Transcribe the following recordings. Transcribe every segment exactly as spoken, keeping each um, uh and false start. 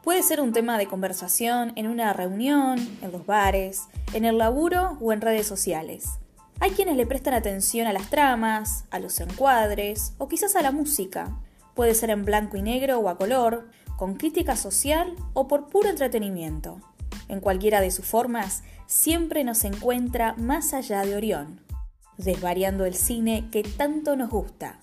Puede ser un tema de conversación en una reunión, en los bares, en el laburo o en redes sociales. Hay quienes le prestan atención a las tramas, a los encuadres o quizás a la música. Puede ser en blanco y negro o a color, con crítica social o por puro entretenimiento. En cualquiera de sus formas, siempre nos encuentra más allá de Orión, desvariando el cine que tanto nos gusta.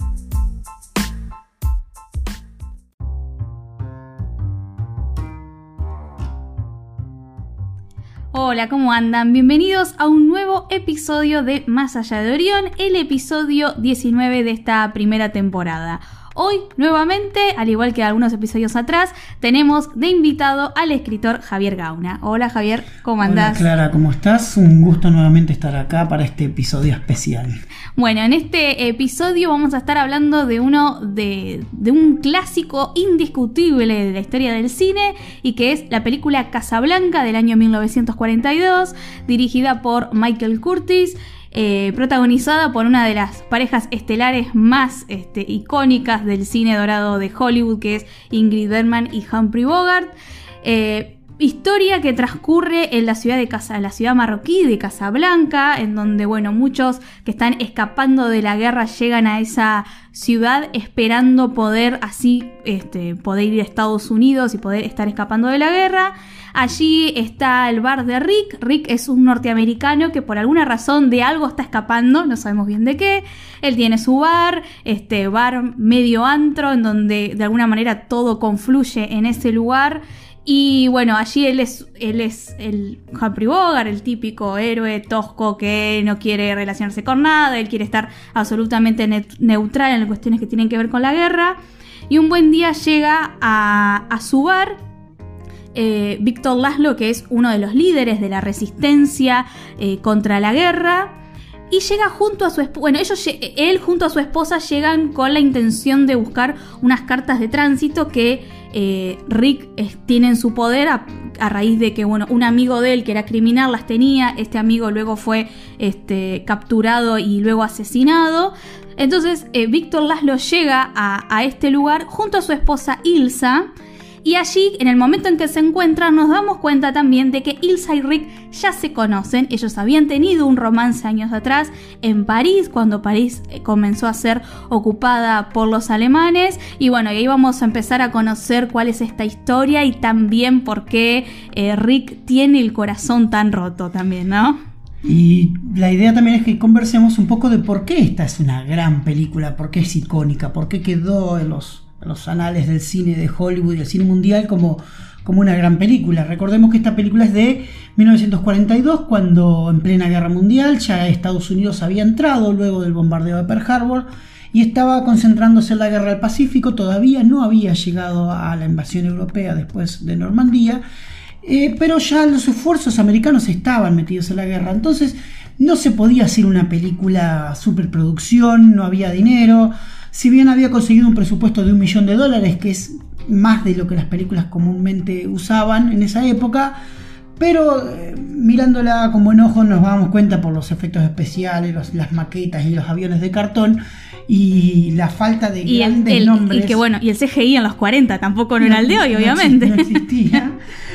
Hola, ¿cómo andan? Bienvenidos a un nuevo episodio de Más allá de Orión, el episodio diecinueve de esta primera temporada. Hoy, nuevamente, al igual que algunos episodios atrás, tenemos de invitado al escritor Javier Gauna. Hola Javier, ¿cómo andás? Hola Clara, ¿cómo estás? Un gusto nuevamente estar acá para este episodio especial. Bueno, en este episodio vamos a estar hablando de uno de, de un clásico indiscutible de la historia del cine y que es la película Casablanca del año mil novecientos cuarenta y dos, dirigida por Michael Curtiz. Eh, protagonizada por una de las parejas estelares más este, icónicas del cine dorado de Hollywood, que es Ingrid Bergman y Humphrey Bogart. Eh, historia que transcurre en la ciudad de Casa, la ciudad marroquí de Casablanca, en donde bueno, muchos que están escapando de la guerra llegan a esa ciudad esperando poder así este, poder ir a Estados Unidos y poder estar escapando de la guerra. Allí está el bar de Rick. Rick es un norteamericano que por alguna razón de algo está escapando, no sabemos bien de qué. Él tiene su bar, este bar medio antro, en donde de alguna manera todo confluye en ese lugar. Y bueno, allí él es, él es el Humphrey Bogart, el típico héroe tosco que no quiere relacionarse con nada, él quiere estar absolutamente ne- neutral en las cuestiones que tienen que ver con la guerra. Y un buen día llega a, a su bar eh, Victor Laszlo, que es uno de los líderes de la resistencia eh, contra la guerra. Y llega junto a su esposa, bueno, ellos, él junto a su esposa llegan con la intención de buscar unas cartas de tránsito que eh, Rick es, tiene en su poder a, a raíz de que, bueno, un amigo de él que era criminal las tenía, este amigo luego fue este, capturado y luego asesinado. Entonces eh, Victor Laszlo llega a, a este lugar junto a su esposa Ilsa. Y allí, en el momento en que se encuentran, nos damos cuenta también de que Ilsa y Rick ya se conocen. Ellos habían tenido un romance años atrás en París, cuando París comenzó a ser ocupada por los alemanes. Y bueno, y ahí vamos a empezar a conocer cuál es esta historia y también por qué eh, Rick tiene el corazón tan roto también, ¿no? Y la idea también es que conversemos un poco de por qué esta es una gran película, por qué es icónica, por qué quedó en los... los anales del cine de Hollywood y el cine mundial como, como una gran película. Recordemos que esta película es de mil novecientos cuarenta y dos, cuando en plena guerra mundial ya Estados Unidos había entrado luego del bombardeo de Pearl Harbor y estaba concentrándose en la guerra del Pacífico. Todavía no había llegado a la invasión europea después de Normandía, eh, pero ya los esfuerzos americanos estaban metidos en la guerra. Entonces no se podía hacer una película superproducción, no había dinero. Si bien había conseguido un presupuesto de un millón de dólares, que es más de lo que las películas comúnmente usaban en esa época, pero eh, mirándola con buen ojo nos damos cuenta por los efectos especiales, los, las maquetas y los aviones de cartón y la falta de y grandes el, el, nombres. Y que bueno, y el C G I en los cuarenta tampoco no, no era el de hoy, no obviamente. No existía.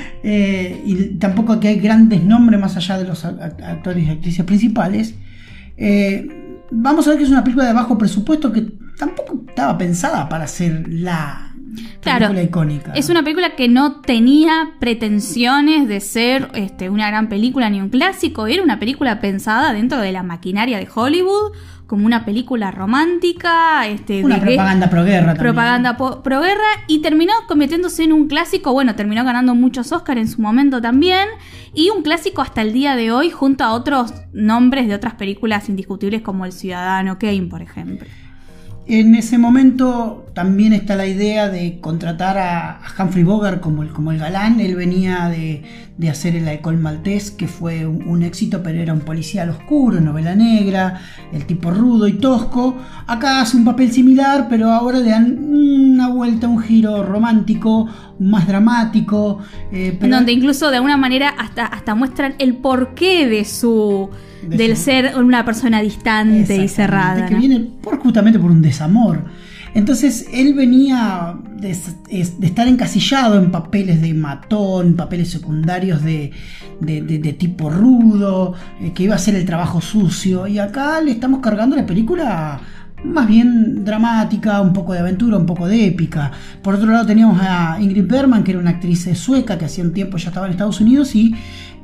eh, y tampoco que hay grandes nombres más allá de los actores y actrices principales. Eh, vamos a ver que es una película de bajo presupuesto que tampoco estaba pensada para ser la película claro, icónica. Es una película que no tenía pretensiones de ser este, una gran película ni un clásico. Era una película pensada dentro de la maquinaria de Hollywood como una película romántica, este, una de propaganda proguerra también. Propaganda po- proguerra y terminó convirtiéndose en un clásico. Bueno, terminó ganando muchos Oscars en su momento también. Y un clásico hasta el día de hoy junto a otros nombres de otras películas indiscutibles como El Ciudadano Kane, por ejemplo. En ese momento también está la idea de contratar a, a Humphrey Bogart como el, como el galán. Él venía de, de hacer el Alcohol Maltés, que fue un, un éxito, pero era un policial oscuro, novela negra, el tipo rudo y tosco. Acá hace un papel similar, pero ahora le dan una vuelta, un giro romántico, más dramático. Eh, pero... Donde incluso de alguna manera hasta, hasta muestran el porqué de su... del ser una persona distante y cerrada, que ¿no? viene por, justamente por un desamor. Entonces él venía de, de estar encasillado en papeles de matón, papeles secundarios de, de, de, de tipo rudo, eh, que iba a hacer el trabajo sucio, y acá le estamos cargando la película más bien dramática, un poco de aventura, un poco de épica. Por otro lado teníamos a Ingrid Bergman, que era una actriz sueca que hacía un tiempo ya estaba en Estados Unidos, y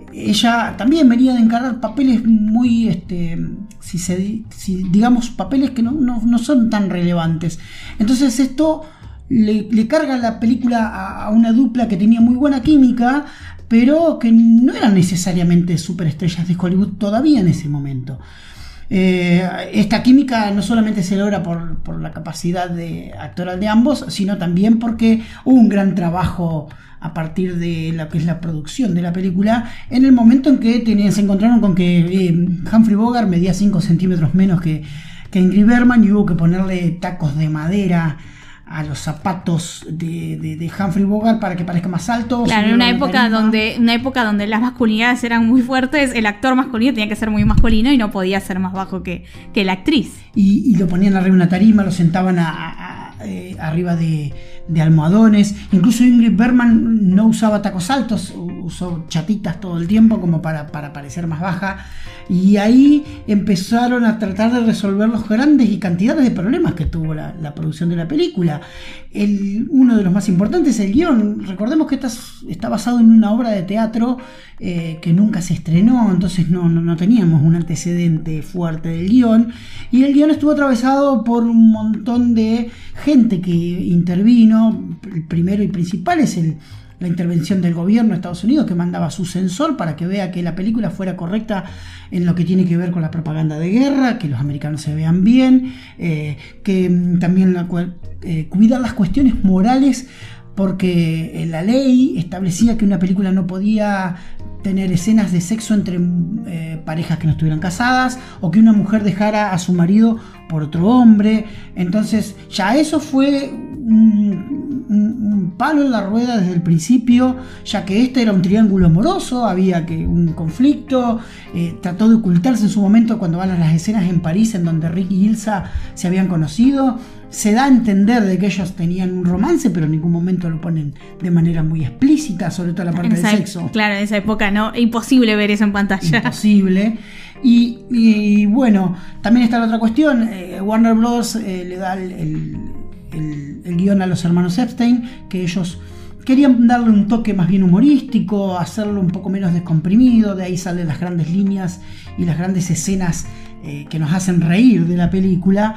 ella también venía de encargar papeles muy, este, si, se, si digamos, papeles que no, no, no son tan relevantes. Entonces esto le, le carga la película a, a una dupla que tenía muy buena química, pero que no eran necesariamente superestrellas de Hollywood todavía en ese momento. Eh, esta química no solamente se logra por, por la capacidad de actoral de ambos, sino también porque hubo un gran trabajo a partir de lo que es la producción de la película, en el momento en que tenían, se encontraron con que eh, Humphrey Bogart medía cinco centímetros menos que, que Ingrid Bergman, y hubo que ponerle tacos de madera a los zapatos de, de, de Humphrey Bogart para que parezca más alto. Claro, en una época donde una época donde las masculinidades eran muy fuertes, el actor masculino tenía que ser muy masculino y no podía ser más bajo que, que la actriz. Y, y lo ponían arriba de una tarima, lo sentaban a, a, a, eh, arriba de, de almohadones. Incluso Ingrid Bergman no usaba tacos altos, usó chatitas todo el tiempo como para, para parecer más baja. Y ahí empezaron a tratar de resolver los grandes y cantidades de problemas que tuvo la, la producción de la película. El, uno de los más importantes es el guión. Recordemos que esta está basado en una obra de teatro eh, que nunca se estrenó, entonces no, no, no teníamos un antecedente fuerte del guión. Y el guión estuvo atravesado por un montón de gente que intervino. El primero y principal es el la intervención del gobierno de Estados Unidos, que mandaba su censor para que vea que la película fuera correcta en lo que tiene que ver con la propaganda de guerra, que los americanos se vean bien, eh, que también la, eh, cuidar las cuestiones morales, porque la ley establecía que una película no podía tener escenas de sexo entre eh, parejas que no estuvieran casadas, o que una mujer dejara a su marido por otro hombre. Entonces ya eso fue un, un, un palo en la rueda desde el principio, ya que este era un triángulo amoroso, había que un conflicto, eh, trató de ocultarse en su momento cuando van a las escenas en París en donde Rick y Ilsa se habían conocido. Se da a entender de que ellos tenían un romance, pero en ningún momento lo ponen de manera muy explícita, sobre todo la parte del sexo. Claro, en esa época no, imposible ver eso en pantalla. Imposible. Y, y bueno, también está la otra cuestión. Eh, Warner Bros. Eh, le da el, el, el, el guión a los hermanos Epstein, que ellos querían darle un toque más bien humorístico, hacerlo un poco menos descomprimido. De ahí salen las grandes líneas y las grandes escenas eh, que nos hacen reír de la película.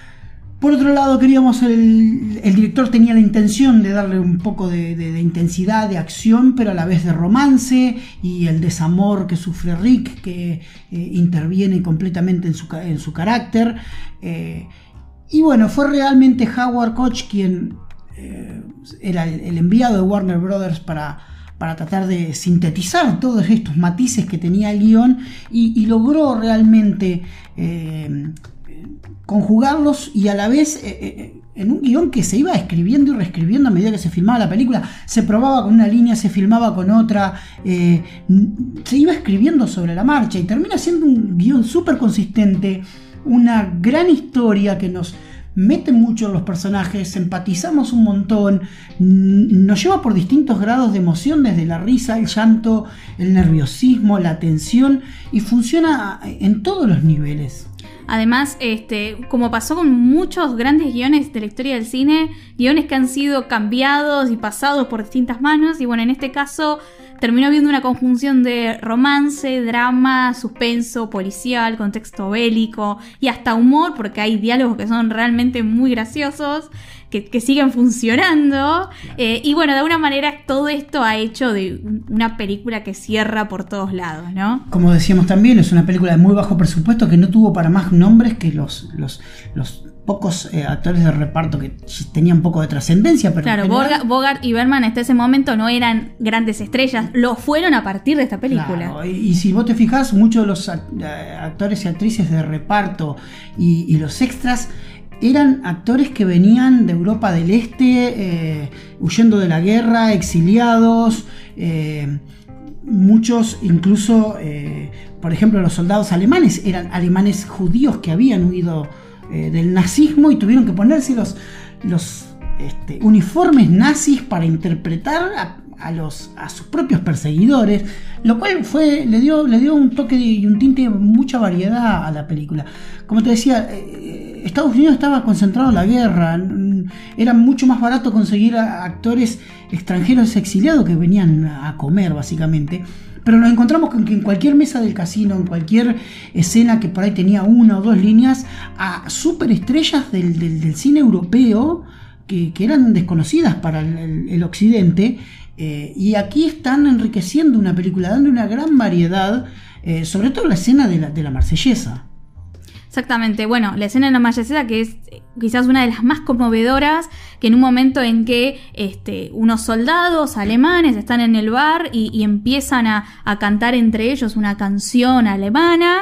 Por otro lado, queríamos el, el director tenía la intención de darle un poco de, de, de intensidad, de acción, pero a la vez de romance, y el desamor que sufre Rick, que eh, interviene completamente en su, en su carácter. Eh, y bueno, fue realmente Howard Koch quien eh, era el, el enviado de Warner Brothers para, para tratar de sintetizar todos estos matices que tenía el guión, y, y logró realmente Eh, conjugarlos, y a la vez eh, eh, en un guión que se iba escribiendo y reescribiendo a medida que se filmaba la película. Se probaba con una línea, se filmaba con otra, eh, se iba escribiendo sobre la marcha, y termina siendo un guión súper consistente, una gran historia que nos mete mucho en los personajes, empatizamos un montón, nos lleva por distintos grados de emoción, desde la risa, el llanto, el nerviosismo, la tensión, y funciona en todos los niveles. Además, este, como pasó con muchos grandes guiones de la historia del cine, guiones que han sido cambiados y pasados por distintas manos, y bueno, en este caso terminó viendo una conjunción de romance, drama, suspenso, policial, contexto bélico y hasta humor, porque hay diálogos que son realmente muy graciosos, que, que siguen funcionando. Eh, y bueno, de alguna manera todo esto ha hecho de una película que cierra por todos lados, ¿no? Como decíamos también, es una película de muy bajo presupuesto que no tuvo para más nombres que los, los, los pocos eh, actores de reparto que tenían un poco de trascendencia. Pero claro, general... Bogart y Bergman hasta ese momento no eran grandes estrellas, lo fueron a partir de esta película. Claro, y, y si vos te fijás, muchos de los actores y actrices de reparto y, y los extras eran actores que venían de Europa del Este, eh, huyendo de la guerra, exiliados, eh, muchos incluso, eh, por ejemplo, los soldados alemanes eran alemanes judíos que habían huido eh, del nazismo y tuvieron que ponérselos los este, uniformes nazis para interpretar a, a, los, a sus propios perseguidores, lo cual fue, le, dio, le dio un toque y un tinte de mucha variedad a la película. Como te decía, eh, Estados Unidos estaba concentrado en la guerra, era mucho más barato conseguir a actores extranjeros exiliados que venían a comer básicamente. Pero nos encontramos con que en cualquier mesa del casino, en cualquier escena que por ahí tenía una o dos líneas, a superestrellas del, del, del cine europeo que, que eran desconocidas para el, el, el occidente, eh, y aquí están enriqueciendo una película, dando una gran variedad, eh, sobre todo la escena de la, de la marsellesa. Exactamente, bueno, la escena de la marsellesa, que es quizás una de las más conmovedoras, que en un momento en que este, unos soldados alemanes están en el bar y, y empiezan a, a cantar entre ellos una canción alemana,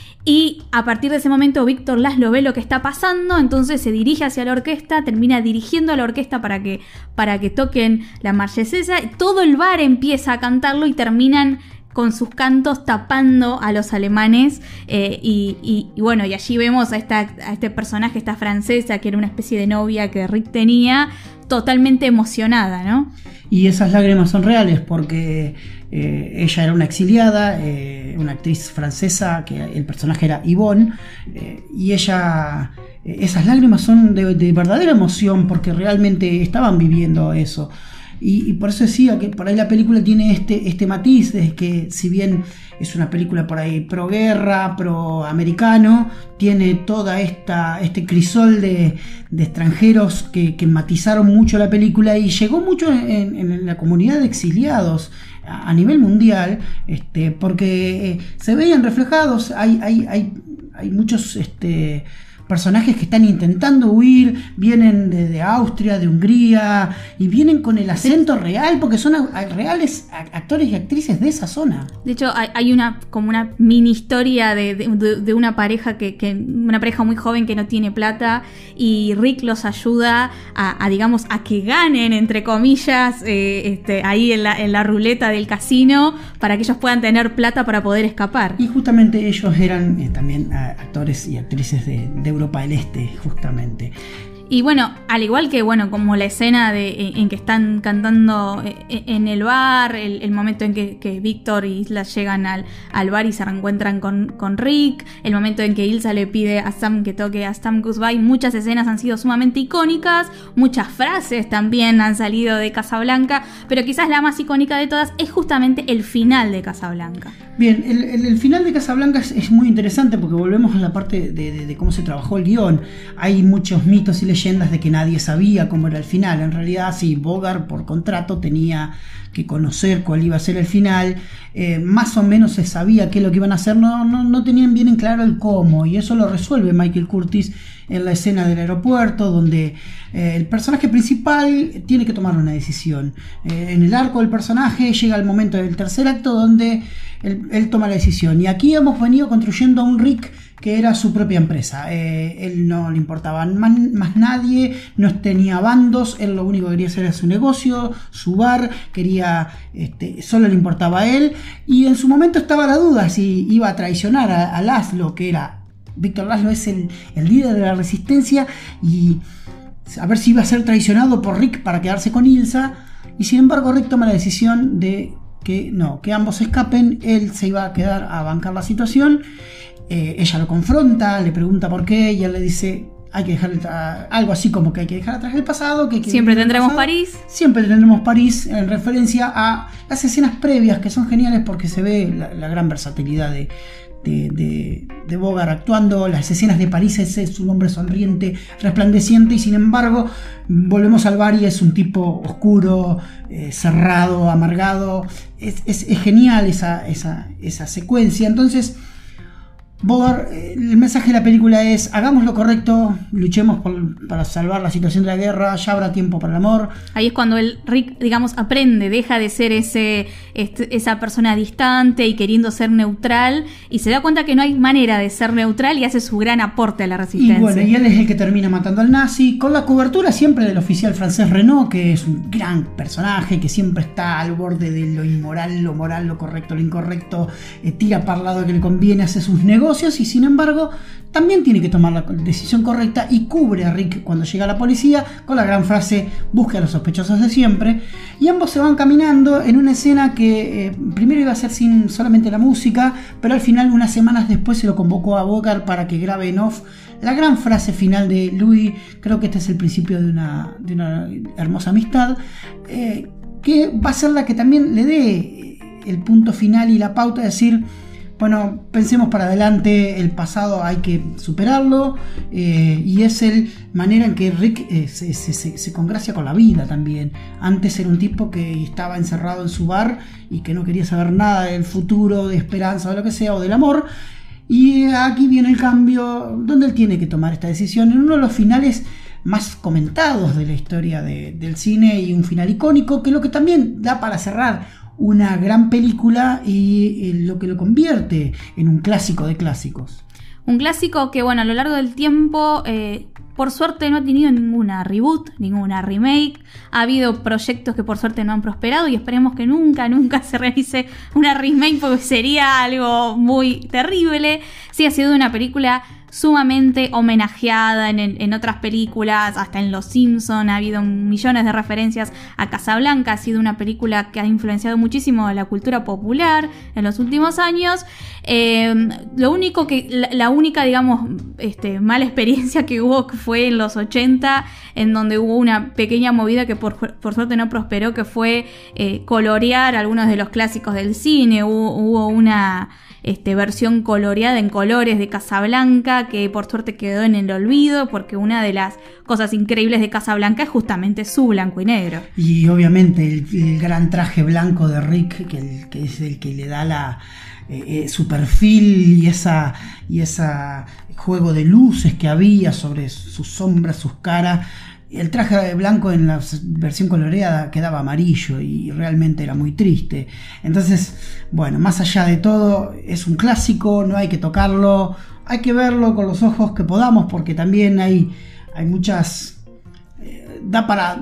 y a partir de ese momento Víctor Laszlo ve lo que está pasando, entonces se dirige hacia la orquesta, termina dirigiendo a la orquesta para que, para que toquen la marsellesa, todo el bar empieza a cantarlo y terminan con sus cantos tapando a los alemanes, eh, y, y, y bueno, y allí vemos a, esta, a este personaje, esta francesa, que era una especie de novia que Rick tenía, totalmente emocionada, ¿no? Y esas lágrimas son reales porque eh, ella era una exiliada, eh, una actriz francesa, que el personaje era Yvonne, eh, y ella, eh, esas lágrimas son de, de verdadera emoción porque realmente estaban viviendo eso. Y, y por eso decía que por ahí la película tiene este, este matiz de que si bien es una película por ahí pro guerra, pro americano, tiene toda esta este crisol de, de extranjeros que, que matizaron mucho la película y llegó mucho en, en la comunidad de exiliados a, a nivel mundial, este, porque eh, se veían reflejados, hay, hay, hay, hay muchos este, personajes que están intentando huir, vienen de, de Austria, de Hungría, y vienen con el acento real, porque son a, a, reales actores y actrices de esa zona. De hecho, hay, hay una como una mini historia de, de, de una pareja que, que una pareja muy joven que no tiene plata, y Rick los ayuda a, a digamos, a que ganen, entre comillas, eh, este, ahí en la, en la ruleta del casino, para que ellos puedan tener plata para poder escapar. Y justamente ellos eran eh, también actores y actrices de, de Europa del Este, justamente. Y bueno, al igual que bueno, como la escena de, en, en que están cantando en el bar, el, el momento en que, que Víctor y Ilsa llegan al, al bar y se reencuentran con, con Rick, el momento en que Ilsa le pide a Sam que toque a Sam Goes By, muchas escenas han sido sumamente icónicas, muchas frases también han salido de Casablanca, pero quizás la más icónica de todas es justamente el final de Casablanca. Bien, el, el, el final de Casablanca es, es muy interesante porque volvemos a la parte de, de, de cómo se trabajó el guión. Hay muchos mitos y leyendas de que nadie sabía cómo era el final. En realidad, sí, Bogart por contrato tenía que conocer cuál iba a ser el final. Eh, más o menos se sabía qué es lo que iban a hacer, no, no, no tenían bien en claro el cómo, y eso lo resuelve Michael Curtiz en la escena del aeropuerto, donde eh, el personaje principal tiene que tomar una decisión. Eh, en el arco del personaje llega el momento del tercer acto donde él, él toma la decisión, y aquí hemos venido construyendo a un Rick que era su propia empresa. Eh, él no le importaba más, más nadie, no tenía bandos, él lo único que quería hacer era su negocio, su bar, quería, este, solo le importaba a él, y en su momento estaba la duda si iba a traicionar a, a Laszlo, que era, Víctor Laszlo es el, el líder de la resistencia, y a ver si iba a ser traicionado por Rick para quedarse con Ilsa, y sin embargo Rick toma la decisión de que no, que ambos escapen, él se iba a quedar a bancar la situación. Eh, ella lo confronta, le pregunta por qué, y él le dice, hay que dejar uh, algo así como que hay que dejar atrás el pasado, que, que siempre tendremos pasado. París. Siempre tendremos París, en referencia a las escenas previas, que son geniales porque se ve la, la gran versatilidad de, de, de, de Bogart actuando. Las escenas de París es, es un hombre sonriente, resplandeciente, y sin embargo volvemos al bar y es un tipo oscuro, eh, cerrado, amargado. Es, es, es genial esa, esa, esa secuencia. Entonces Bogart, el mensaje de la película es: hagamos lo correcto, luchemos por, para salvar la situación de la guerra, ya habrá tiempo para el amor. Ahí es cuando el Rick, digamos, aprende, deja de ser ese, este, esa persona distante y queriendo ser neutral, y se da cuenta que no hay manera de ser neutral, y hace su gran aporte a la resistencia. Y bueno, y él es el que termina matando al nazi, con la cobertura siempre del oficial francés Renault, que es un gran personaje, que siempre está al borde de lo inmoral, lo moral, lo correcto, lo incorrecto, eh, tira para el lado que le conviene, hace sus negocios. negocios y sin embargo también tiene que tomar la decisión correcta y cubre a Rick cuando llega la policía con la gran frase busque a los sospechosos de siempre, y ambos se van caminando en una escena que eh, primero iba a ser sin solamente la música, pero al final unas semanas después se lo convocó a Bogart para que grabe en off la gran frase final de Louis. Creo que este es el principio de una, de una hermosa amistad, eh, que va a ser la que también le dé el punto final y la pauta de decir, bueno, pensemos para adelante, el pasado hay que superarlo, eh, y es la manera en que Rick eh, se, se, se, se congracia con la vida también. Antes era un tipo que estaba encerrado en su bar y que no quería saber nada del futuro, de esperanza, o de lo que sea, o del amor. Y aquí viene el cambio, donde él tiene que tomar esta decisión en uno de los finales más comentados de la historia de, del cine, y un final icónico que lo que también da para cerrar una gran película y eh, lo que lo convierte en un clásico de clásicos. Un clásico que, bueno, a lo largo del tiempo, eh, por suerte no ha tenido ninguna reboot, ninguna remake. Ha habido proyectos que por suerte no han prosperado y esperemos que nunca, nunca se realice una remake porque sería algo muy terrible. Sí, ha sido una película sumamente homenajeada en, en, en otras películas, hasta en Los Simpson ha habido millones de referencias a Casablanca. Ha sido una película que ha influenciado muchísimo a la cultura popular en los últimos años. Eh, lo único que, la, la única, digamos, este, mala experiencia que hubo fue en los ochenta, en donde hubo una pequeña movida que por, por suerte no prosperó, que fue eh, colorear algunos de los clásicos del cine. Hubo, hubo una Este, versión coloreada en colores de Casablanca que por suerte quedó en el olvido, porque una de las cosas increíbles de Casablanca es justamente su blanco y negro. Y obviamente el, el gran traje blanco de Rick, que, el, que es el que le da la eh, su perfil y esa y esa juego de luces que había sobre sus sombras, sus caras. El traje blanco en la versión coloreada quedaba amarillo y realmente era muy triste. Entonces, bueno, más allá de todo, es un clásico, no hay que tocarlo, hay que verlo con los ojos que podamos, porque también hay, hay muchas... Eh, da para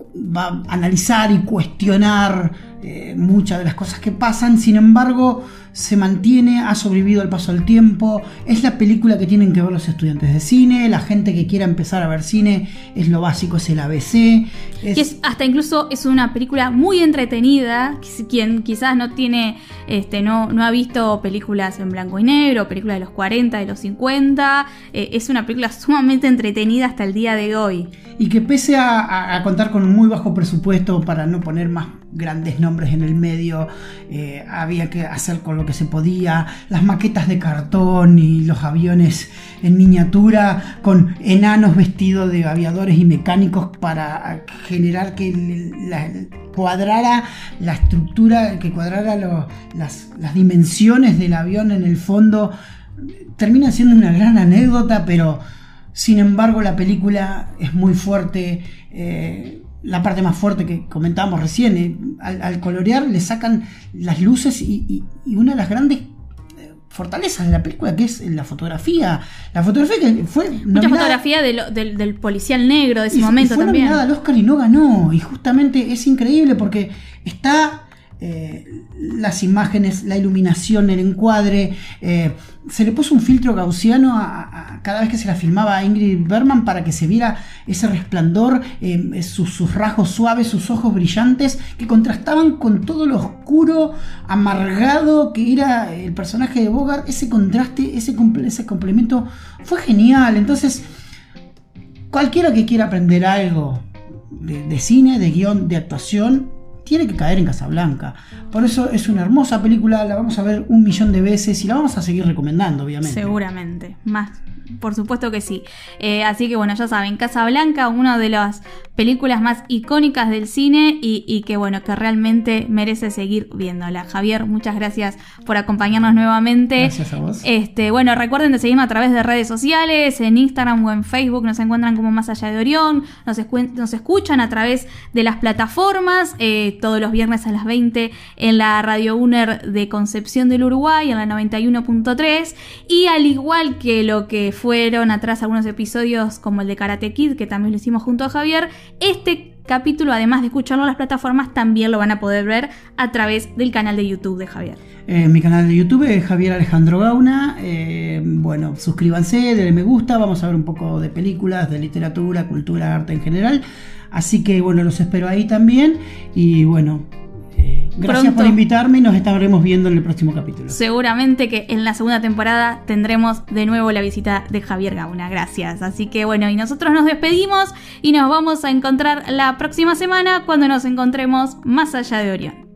va, analizar y cuestionar eh, muchas de las cosas que pasan. Sin embargo, se mantiene, ha sobrevivido al paso del tiempo. Es la película que tienen que ver los estudiantes de cine, la gente que quiera empezar a ver cine, es lo básico, es el A B C. Es... Y es, hasta incluso es una película muy entretenida. Quien quizás no tiene, este, no, no ha visto películas en blanco y negro, películas de los cuarenta, de los cincuenta, eh, es una película sumamente entretenida hasta el día de hoy. Y que pese a, a, a contar con un muy bajo presupuesto, para no poner más grandes nombres en el medio, eh, había que hacer con lo que se podía, las maquetas de cartón y los aviones en miniatura con enanos vestidos de aviadores y mecánicos para generar que la, cuadrara la estructura, que cuadrara lo, las, las dimensiones del avión en el fondo. Termina siendo una gran anécdota, pero sin embargo la película es muy fuerte. eh, La parte más fuerte que comentábamos recién, eh, al, al colorear le sacan las luces y, y, y una de las grandes eh, fortalezas de la película, que es la fotografía. La fotografía que fue mucha nominada, fotografía de lo, del, del policial negro de ese y, momento y fue también. nominada al Oscar y no ganó. Y justamente es increíble porque está eh, las imágenes, la iluminación, el encuadre. Eh, se le puso un filtro gaussiano a, a cada vez que se la filmaba a Ingrid Bergman para que se viera ese resplandor, eh, sus, sus rasgos suaves, sus ojos brillantes que contrastaban con todo lo oscuro, amargado que era el personaje de Bogart. Ese contraste, ese, ese complemento fue genial. Entonces, cualquiera que quiera aprender algo de, de cine, de guión, de actuación, tiene que caer en Casablanca. Por eso es una hermosa película, la vamos a ver un millón de veces y la vamos a seguir recomendando, obviamente. Seguramente, más, por supuesto que sí. Eh, así que bueno, ya saben, Casablanca, una de las películas más icónicas del cine y, y que bueno, que realmente merece seguir viéndola. Javier, muchas gracias por acompañarnos nuevamente. Gracias a vos. Este, bueno, recuerden de seguirnos a través de redes sociales, en Instagram o en Facebook, nos encuentran como Más Allá de Orión, nos, escu- nos escuchan a través de las plataformas, eh, todos los viernes a las veinte en la Radio UNER de Concepción del Uruguay, en la noventa y uno punto tres, y al igual que lo que fueron atrás algunos episodios como el de Karate Kid, que también lo hicimos junto a Javier, este capítulo, además de escucharlo en las plataformas, también lo van a poder ver a través del canal de YouTube de Javier. Eh, mi canal de YouTube es Javier Alejandro Gauna. Eh, bueno, suscríbanse, denle me gusta, vamos a ver un poco de películas, de literatura, cultura, arte en general. Así que bueno, los espero ahí también. Y bueno, eh, gracias Pronto. por invitarme y nos estaremos viendo en el próximo capítulo. Seguramente que en la segunda temporada tendremos de nuevo la visita de Javier Gauna. Gracias. Así que bueno, y nosotros nos despedimos y nos vamos a encontrar la próxima semana cuando nos encontremos más allá de Orión.